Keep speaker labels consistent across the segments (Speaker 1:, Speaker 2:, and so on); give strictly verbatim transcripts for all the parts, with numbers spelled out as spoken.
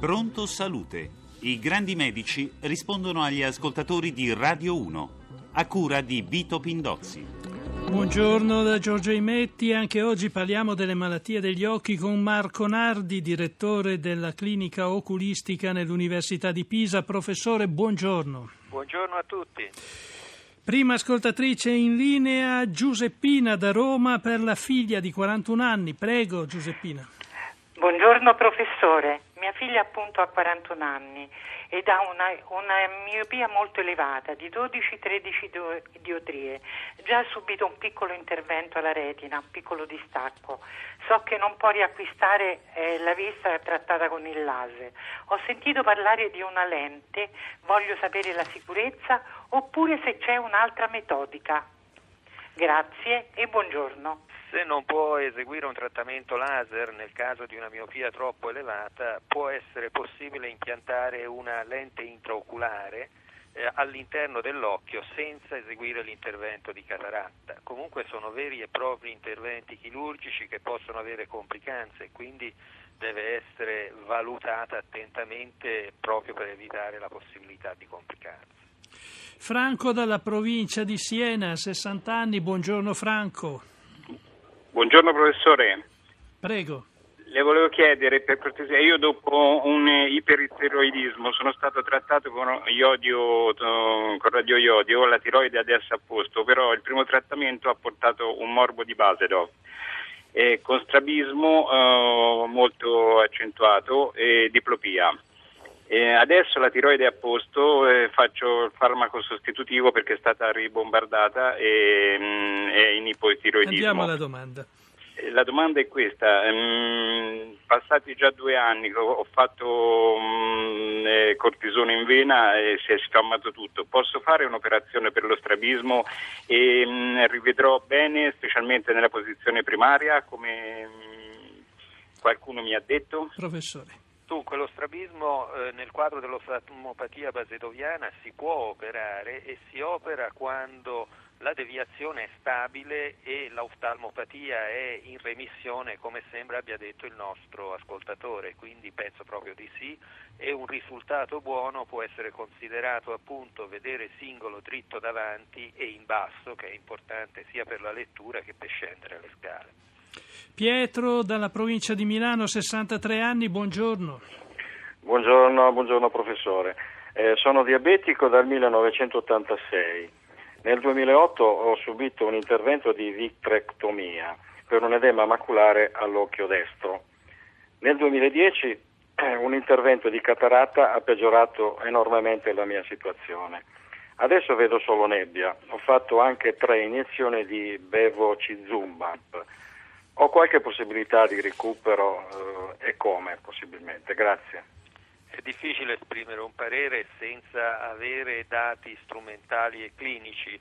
Speaker 1: Pronto Salute. I grandi medici rispondono agli ascoltatori di Radio uno, a cura di Vito Pindozzi.
Speaker 2: Buongiorno da Giorgio Imetti. Anche oggi parliamo delle malattie degli occhi con Marco Nardi, direttore della clinica oculistica nell'Università di Pisa. Professore, buongiorno.
Speaker 3: Buongiorno a tutti.
Speaker 2: Prima ascoltatrice in linea, Giuseppina da Roma per la figlia di quarantuno anni. Prego, Giuseppina.
Speaker 4: Buongiorno professore, mia figlia appunto ha quarantuno anni ed ha una, una miopia molto elevata di dodici tredici dioptrie. Già ha subito un piccolo intervento alla retina, un piccolo distacco. So che non può riacquistare eh, la vista trattata con il laser. Ho sentito parlare di una lente, voglio sapere la sicurezza oppure se c'è un'altra metodica. Grazie e buongiorno.
Speaker 3: Se non può eseguire un trattamento laser nel caso di una miopia troppo elevata, può essere possibile impiantare una lente intraoculare eh, all'interno dell'occhio senza eseguire l'intervento di cataratta. Comunque sono veri e propri interventi chirurgici che possono avere complicanze, quindi deve essere valutata attentamente proprio per evitare la possibilità di complicanze.
Speaker 2: Franco dalla provincia di Siena, sessanta anni. Buongiorno Franco.
Speaker 5: Buongiorno professore.
Speaker 2: Prego.
Speaker 5: Le volevo chiedere per cortesia, io dopo un ipertiroidismo sono stato trattato con iodio, con radioiodio, la tiroide adesso a posto, però il primo trattamento ha portato un morbo di Basedov, eh, con strabismo eh, molto accentuato e diplopia. Eh, adesso la tiroide è a posto, eh, faccio il farmaco sostitutivo perché è stata ribombardata e mh, è in ipotiroidismo.
Speaker 2: Andiamo alla domanda.
Speaker 5: Eh, la domanda è questa, mh, passati già due anni ho fatto mh, eh, cortisone in vena e si è sfammato tutto, posso fare un'operazione per lo strabismo e mh, rivedrò bene, specialmente nella posizione primaria, come mh, qualcuno mi ha detto?
Speaker 2: Professore.
Speaker 3: Dunque, lo strabismo eh, nel quadro dell'oftalmopatia basedoviana si può operare e si opera quando la deviazione è stabile e l'oftalmopatia è in remissione, come sembra abbia detto il nostro ascoltatore, quindi penso proprio di sì, e un risultato buono può essere considerato appunto vedere singolo dritto davanti e in basso, che è importante sia per la lettura che per scendere le scale.
Speaker 2: Pietro dalla provincia di Milano, sessantatré anni, buongiorno.
Speaker 6: Buongiorno, buongiorno professore. Eh, sono diabetico dal millenovecentottantasei. Nel duemilaotto ho subito un intervento di vitrectomia per un edema maculare all'occhio destro. Nel duemiladieci eh, un intervento di cataratta ha peggiorato enormemente la mia situazione. Adesso vedo solo nebbia. Ho fatto anche tre iniezioni di bevacizumab. Ho qualche possibilità di recupero eh, e come possibilmente? Grazie.
Speaker 3: È difficile esprimere un parere senza avere dati strumentali e clinici.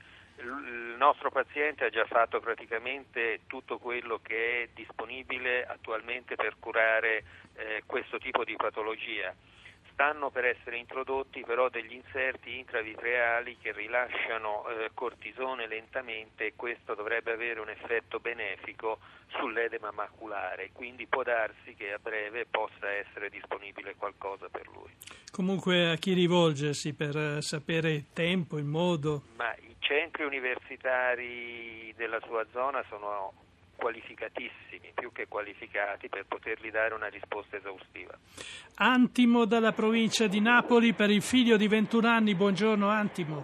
Speaker 3: Il nostro paziente ha già fatto praticamente tutto quello che è disponibile attualmente per curare eh, questo tipo di patologia. Stanno per essere introdotti però degli inserti intravitreali che rilasciano eh, cortisone lentamente e questo dovrebbe avere un effetto benefico sull'edema maculare, quindi può darsi che a breve possa essere disponibile qualcosa per lui.
Speaker 2: Comunque a chi rivolgersi per sapere il tempo, il modo?
Speaker 3: Ma i centri universitari della sua zona sono qualificatissimi, più che qualificati per potergli dare una risposta esaustiva.
Speaker 2: Antimo dalla provincia di Napoli per il figlio di ventuno anni. Buongiorno Antimo.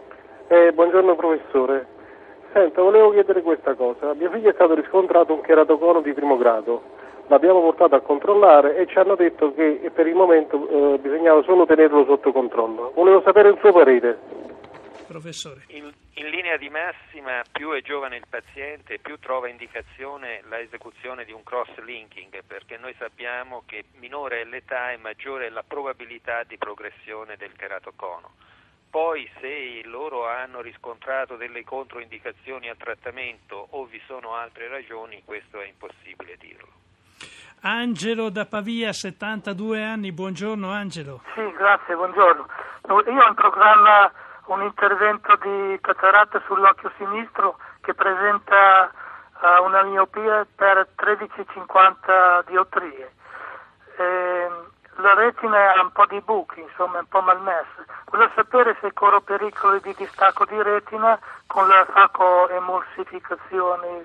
Speaker 7: Eh, buongiorno professore. Senta, volevo chiedere questa cosa. Mio figlio è stato riscontrato un cheratocono di primo grado. L'abbiamo portato a controllare e ci hanno detto che per il momento eh, bisognava solo tenerlo sotto controllo. Volevo sapere il suo parere.
Speaker 2: Professore.
Speaker 3: In, in linea di massima, più è giovane il paziente, più trova indicazione la esecuzione di un cross-linking, perché noi sappiamo che minore è l'età e maggiore è la probabilità di progressione del keratocono. Poi se loro hanno riscontrato delle controindicazioni al trattamento o vi sono altre ragioni, questo è impossibile dirlo.
Speaker 2: Angelo da Pavia, settantadue anni. Buongiorno Angelo.
Speaker 8: Sì, grazie, buongiorno. Io ho in programma un intervento di cataratta sull'occhio sinistro che presenta uh, una miopia per tredici cinquanta dioptrie. Eh, la retina ha un po' di buchi, insomma è un po' malmessa. Volevo sapere se corro pericoli di distacco di retina con la facoemulsificazione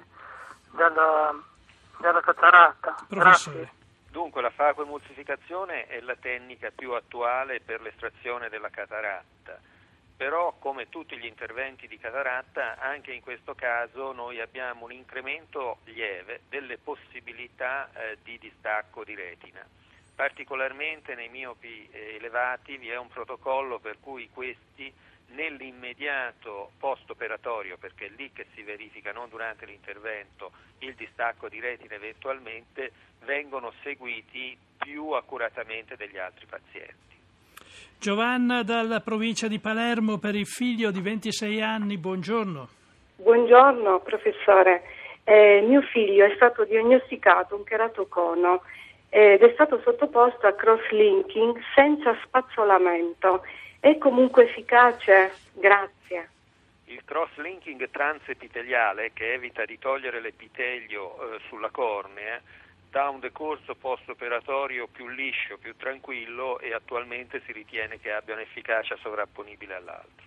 Speaker 8: della, della cataratta.
Speaker 2: Professore.
Speaker 8: Grazie.
Speaker 3: Dunque la facoemulsificazione è la tecnica più attuale per l'estrazione della cataratta, però come tutti gli interventi di cataratta anche in questo caso noi abbiamo un incremento lieve delle possibilità eh, di distacco di retina. Particolarmente nei miopi eh, elevati vi è un protocollo per cui questi nell'immediato post-operatorio, perché è lì che si verifica, non durante l'intervento, il distacco di retina eventualmente, vengono seguiti più accuratamente degli altri pazienti.
Speaker 2: Giovanna dalla provincia di Palermo per il figlio di ventisei anni, buongiorno.
Speaker 9: Buongiorno professore, eh, mio figlio è stato diagnosticato un keratocono ed è stato sottoposto a cross-linking senza spazzolamento. È comunque efficace? Grazie.
Speaker 3: Il cross-linking transepiteliale, che evita di togliere l'epitelio eh, sulla cornea, dà un decorso post-operatorio più liscio, più tranquillo e attualmente si ritiene che abbia un'efficacia sovrapponibile all'altro.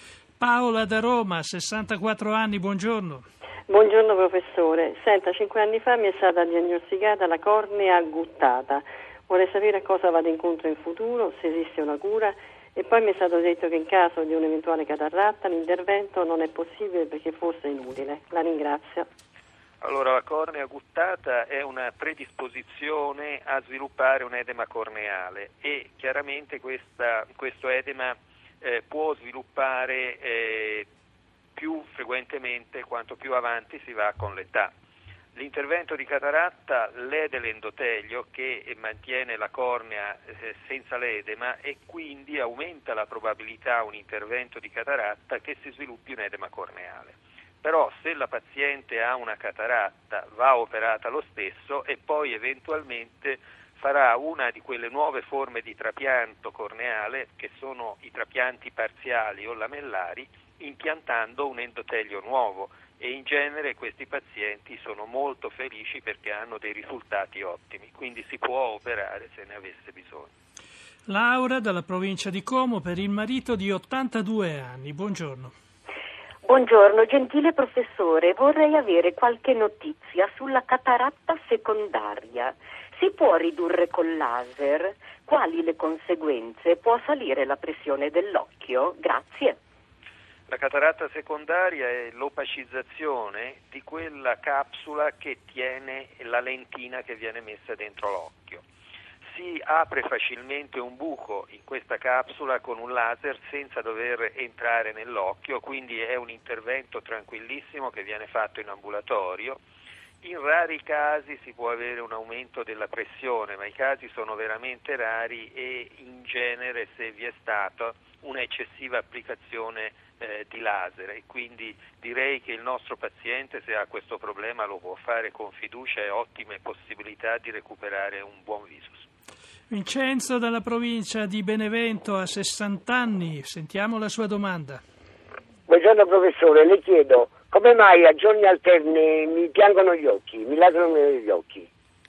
Speaker 2: Paola da Roma, sessantaquattro anni, buongiorno.
Speaker 10: Buongiorno professore, senta, cinque anni fa mi è stata diagnosticata la cornea agguttata. Vorrei sapere a cosa vado incontro in futuro, se esiste una cura, e poi mi è stato detto che in caso di un'eventuale cataratta l'intervento non è possibile perché forse è inutile. La ringrazio.
Speaker 3: Allora, la cornea agguttata è una predisposizione a sviluppare un edema corneale e chiaramente questa, questo edema eh, può sviluppare eh, più frequentemente quanto più avanti si va con l'età. L'intervento di cataratta lede l'endotelio che mantiene la cornea eh, senza l'edema e quindi aumenta la probabilità un intervento di cataratta che si sviluppi un edema corneale. Però se la paziente ha una cataratta va operata lo stesso e poi eventualmente farà una di quelle nuove forme di trapianto corneale che sono i trapianti parziali o lamellari, impiantando un endotelio nuovo e in genere questi pazienti sono molto felici perché hanno dei risultati ottimi, quindi si può operare se ne avesse bisogno.
Speaker 2: Laura dalla provincia di Como per il marito di ottantadue anni, buongiorno.
Speaker 11: Buongiorno, gentile professore, vorrei avere qualche notizia sulla cataratta secondaria. Si può ridurre col laser? Quali le conseguenze? Può salire la pressione dell'occhio? Grazie.
Speaker 3: La cataratta secondaria è l'opacizzazione di quella capsula che tiene la lentina che viene messa dentro l'occhio. Si apre facilmente un buco in questa capsula con un laser senza dover entrare nell'occhio, quindi è un intervento tranquillissimo che viene fatto in ambulatorio. In rari casi si può avere un aumento della pressione, ma i casi sono veramente rari e in genere se vi è stata un'eccessiva applicazione eh, di laser e quindi direi che il nostro paziente se ha questo problema lo può fare con fiducia e ottime possibilità di recuperare un buon visus.
Speaker 2: Vincenzo dalla provincia di Benevento ha sessanta anni, sentiamo la sua domanda.
Speaker 12: Buongiorno professore, le chiedo come mai a giorni alterni mi piangono gli occhi, mi lacrino gli occhi?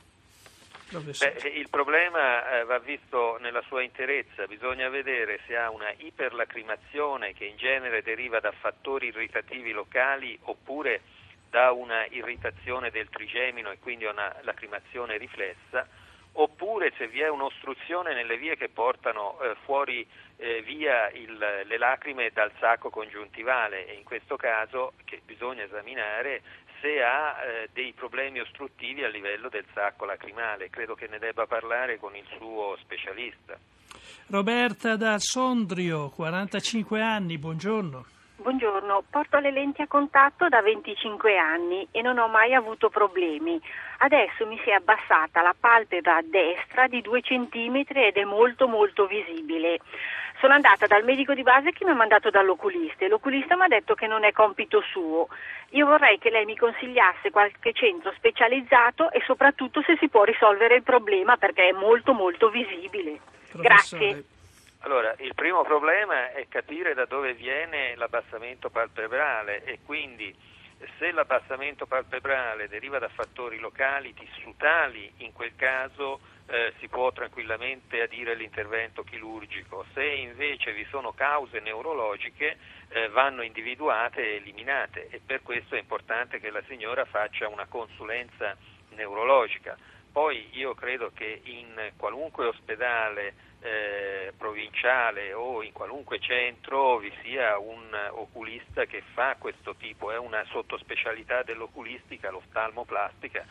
Speaker 3: Beh, il problema eh, va visto nella sua interezza, bisogna vedere se ha una iperlacrimazione che in genere deriva da fattori irritativi locali oppure da una irritazione del trigemino e quindi una lacrimazione riflessa, oppure se vi è un'ostruzione nelle vie che portano eh, fuori eh, via il, le lacrime dal sacco congiuntivale e in questo caso che bisogna esaminare se ha eh, dei problemi ostruttivi a livello del sacco lacrimale. Credo che ne debba parlare con il suo specialista.
Speaker 2: Roberta da Sondrio, quarantacinque anni, buongiorno.
Speaker 13: Buongiorno, porto le lenti a contatto da venticinque anni e non ho mai avuto problemi. Adesso mi si è abbassata la palpebra destra di due centimetri ed è molto molto visibile. Sono andata dal medico di base che mi ha mandato dall'oculista e l'oculista mi ha detto che non è compito suo. Io vorrei che lei mi consigliasse qualche centro specializzato e soprattutto se si può risolvere il problema perché è molto molto visibile.
Speaker 2: Professore.
Speaker 13: Grazie.
Speaker 3: Allora, il primo problema è capire da dove viene l'abbassamento palpebrale e quindi se l'abbassamento palpebrale deriva da fattori locali tissutali, in quel caso eh, si può tranquillamente adire l'intervento chirurgico. Se invece vi sono cause neurologiche eh, vanno individuate e eliminate, e per questo è importante che la signora faccia una consulenza neurologica. Poi io credo che in qualunque ospedale eh, provinciale o in qualunque centro vi sia un oculista che fa questo tipo, è una sottospecialità dell'oculistica, l'oftalmoplastica,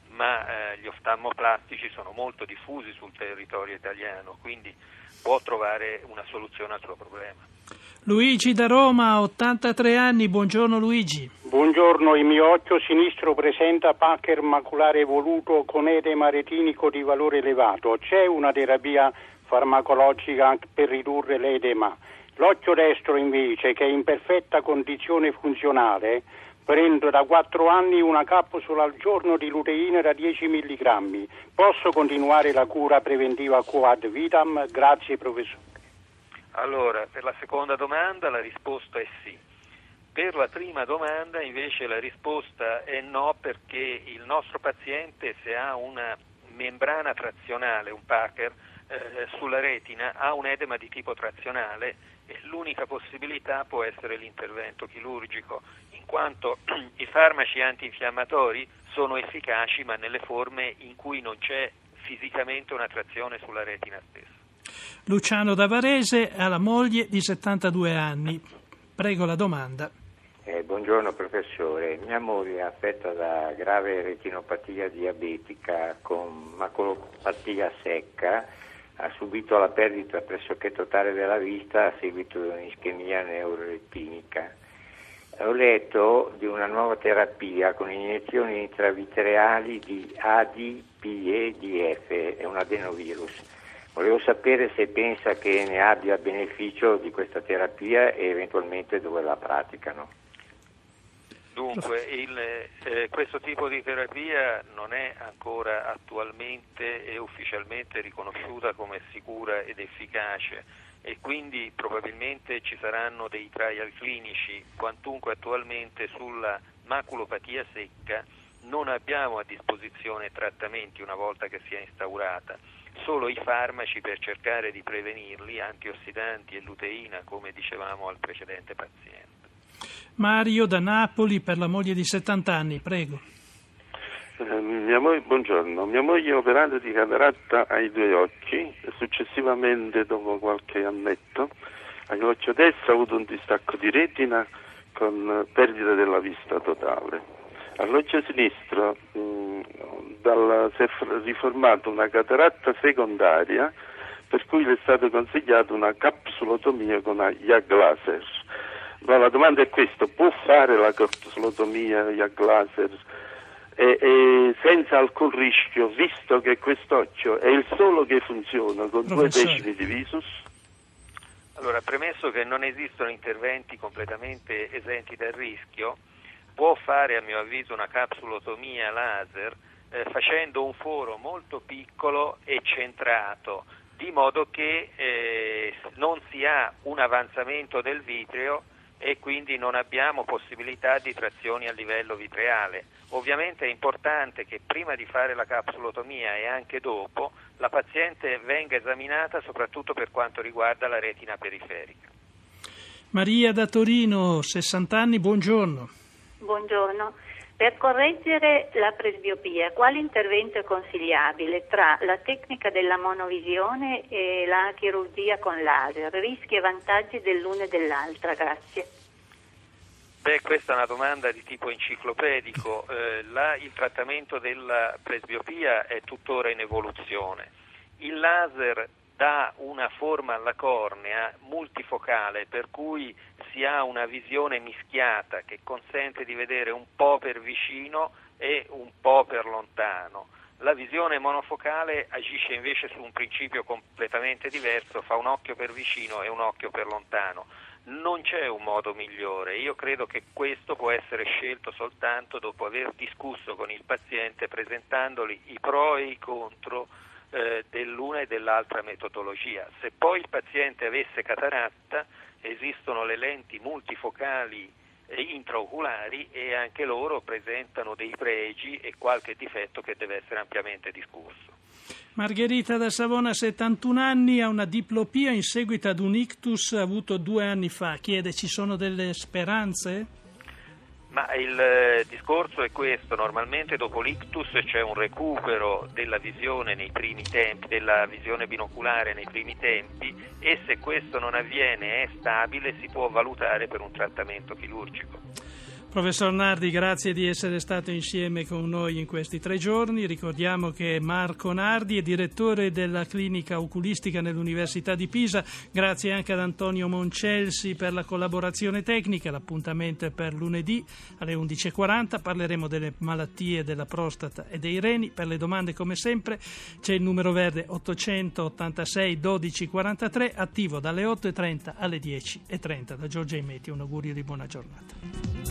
Speaker 3: ma eh, gli oftalmoplastici sono molto diffusi sul territorio italiano, quindi può trovare una soluzione al suo problema.
Speaker 2: Luigi da Roma, ottantatré anni, buongiorno Luigi.
Speaker 14: Buongiorno, il mio occhio sinistro presenta Packer maculare evoluto con edema retinico di valore elevato. C'è una terapia farmacologica per ridurre l'edema? L'occhio destro invece, che è in perfetta condizione funzionale, prendo da quattro anni una capsula al giorno di luteina da dieci milligrammi. Posso continuare la cura preventiva Quad Vitam? Grazie professore.
Speaker 3: Allora, per la seconda domanda la risposta è sì. Per la prima domanda invece la risposta è no, perché il nostro paziente, se ha una membrana trazionale, un Packer, eh, sulla retina, ha un edema di tipo trazionale e l'unica possibilità può essere l'intervento chirurgico, in quanto i farmaci antinfiammatori sono efficaci ma nelle forme in cui non c'è fisicamente una trazione sulla retina stessa.
Speaker 2: Luciano da Varese ha la moglie di settantadue anni. Prego la domanda.
Speaker 15: Eh, buongiorno professore, mia moglie è affetta da grave retinopatia diabetica con maculopatia secca, ha subito la perdita pressoché totale della vista a seguito di un'ischemia neuroretinica. Ho letto di una nuova terapia con iniezioni intravitreali di A D P E D F, è un adenovirus. Volevo sapere se pensa che ne abbia beneficio di questa terapia e eventualmente dove la praticano.
Speaker 3: Dunque, il, eh, questo tipo di terapia non è ancora attualmente e ufficialmente riconosciuta come sicura ed efficace e quindi probabilmente ci saranno dei trial clinici, quantunque attualmente sulla maculopatia secca non abbiamo a disposizione trattamenti una volta che sia instaurata, solo i farmaci per cercare di prevenirli, antiossidanti e luteina, come dicevamo al precedente paziente.
Speaker 2: Mario da Napoli per la moglie di settanta anni, prego.
Speaker 16: Eh, mia moglie, buongiorno, mia moglie è operata di cataratta ai due occhi, successivamente dopo qualche annetto all'occhio destro ha avuto un distacco di retina con perdita della vista totale. All'occhio sinistro mh, dal, si è riformata una cataratta secondaria per cui le è stato consigliato una capsulotomia con I A G laser. No, la domanda è questa: può fare la capsulotomia I A G laser e, e senza alcun rischio, visto che quest'occhio è il solo che funziona con due decimi di visus?
Speaker 3: Allora, premesso che non esistono interventi completamente esenti dal rischio, può fare a mio avviso una capsulotomia laser eh, facendo un foro molto piccolo e centrato, di modo che eh, non si ha un avanzamento del vitreo e quindi non abbiamo possibilità di trazioni a livello vitreale. Ovviamente è importante che prima di fare la capsulotomia e anche dopo la paziente venga esaminata soprattutto per quanto riguarda la retina periferica.
Speaker 2: Maria da Torino, sessanta anni, buongiorno.
Speaker 17: Buongiorno. Per correggere la presbiopia, quale intervento è consigliabile tra la tecnica della monovisione e la chirurgia con laser? Rischi e vantaggi dell'una e dell'altra? Grazie.
Speaker 3: Beh, questa è una domanda di tipo enciclopedico. Eh, la, il trattamento della presbiopia è tuttora in evoluzione. Il laser dà una forma alla cornea multifocale, per cui si ha una visione mischiata che consente di vedere un po' per vicino e un po' per lontano. La visione monofocale agisce invece su un principio completamente diverso, fa un occhio per vicino e un occhio per lontano. Non c'è un modo migliore, io credo che questo può essere scelto soltanto dopo aver discusso con il paziente, presentandogli i pro e i contro eh, dell'una e dell'altra metodologia. Se poi il paziente avesse cataratta, esistono le lenti multifocali e intraoculari e anche loro presentano dei pregi e qualche difetto che deve essere ampiamente discusso.
Speaker 2: Margherita da Savona, settantuno anni, ha una diplopia in seguito ad un ictus avuto due anni fa. Chiede: ci sono delle speranze?
Speaker 3: Ma il eh, discorso è questo: normalmente dopo l'ictus c'è un recupero della visione nei primi tempi, della visione binoculare nei primi tempi, e se questo non avviene, è stabile, si può valutare per un trattamento chirurgico.
Speaker 2: Professor Nardi, grazie di essere stato insieme con noi in questi tre giorni. Ricordiamo che Marco Nardi è direttore della clinica oculistica nell'Università di Pisa. Grazie anche ad Antonio Moncelsi per la collaborazione tecnica. L'appuntamento è per lunedì alle undici e quaranta. Parleremo delle malattie della prostata e dei reni. Per le domande, come sempre, c'è il numero verde ottocentottantasei dodici quarantatré, attivo dalle otto e trenta alle dieci e trenta. Da Giorgia Imetti un augurio di buona giornata.